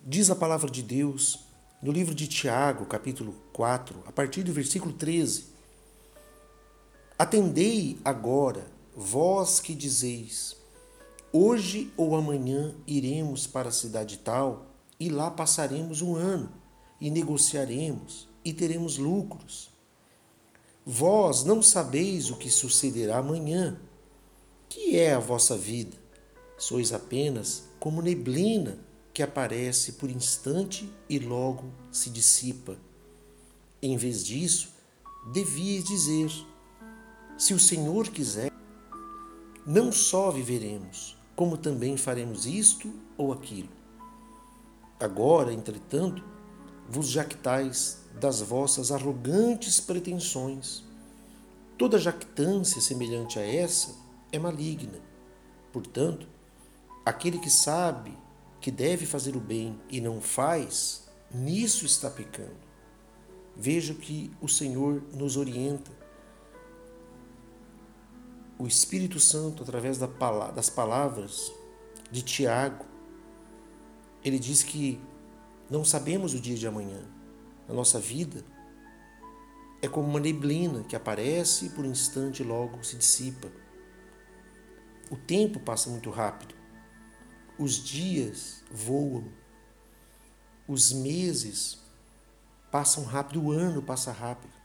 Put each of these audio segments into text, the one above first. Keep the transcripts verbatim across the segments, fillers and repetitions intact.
Diz a palavra de Deus no livro de Tiago, capítulo quatro, a partir do versículo treze. Atendei agora, vós que dizeis, hoje ou amanhã iremos para a cidade tal, e lá passaremos um ano, e negociaremos, e teremos lucros. Vós não sabeis o que sucederá amanhã. Que é a vossa vida? Sois apenas como neblina que aparece por instante e logo se dissipa. Em vez disso, devias dizer, se o Senhor quiser, não só viveremos, como também faremos isto ou aquilo. Agora, entretanto, vos jactais das vossas arrogantes pretensões. Toda jactância semelhante a essa é maligna. Portanto, aquele que sabe que deve fazer o bem e não faz, nisso está pecando. Veja que o Senhor nos orienta. O Espírito Santo, através das palavras de Tiago, ele diz que não sabemos o dia de amanhã. A nossa vida é como uma neblina que aparece e por um instante logo se dissipa. O tempo passa muito rápido. Os dias voam. Os meses passam rápido. O ano passa rápido.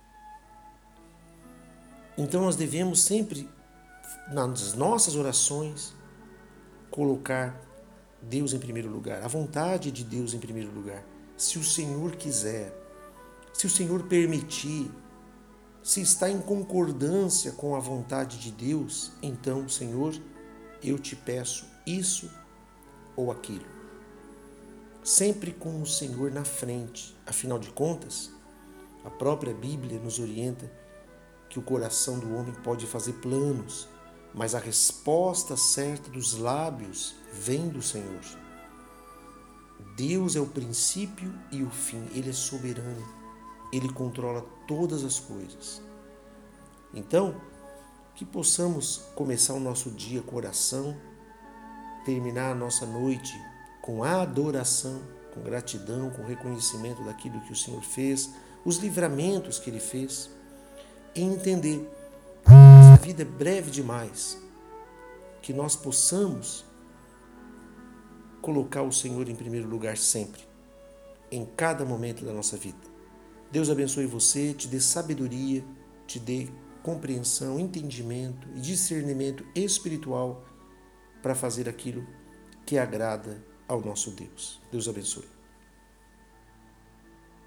Então nós devemos sempre, nas nossas orações, colocar Deus em primeiro lugar, a vontade de Deus em primeiro lugar. Se o Senhor quiser, se o Senhor permitir, se está em concordância com a vontade de Deus, então, Senhor, eu te peço isso ou aquilo. Sempre com o Senhor na frente. Afinal de contas, a própria Bíblia nos orienta que o coração do homem pode fazer planos, mas a resposta certa dos lábios vem do Senhor. Deus é o princípio e o fim. Ele é soberano. Ele controla todas as coisas. Então, que possamos começar o nosso dia com oração, terminar a nossa noite com adoração, com gratidão, com reconhecimento daquilo que o Senhor fez, os livramentos que Ele fez, e entender que essa vida é breve demais, que nós possamos colocar o Senhor em primeiro lugar sempre, em cada momento da nossa vida. Deus abençoe você, te dê sabedoria, te dê compreensão, entendimento e discernimento espiritual para fazer aquilo que agrada ao nosso Deus. Deus abençoe.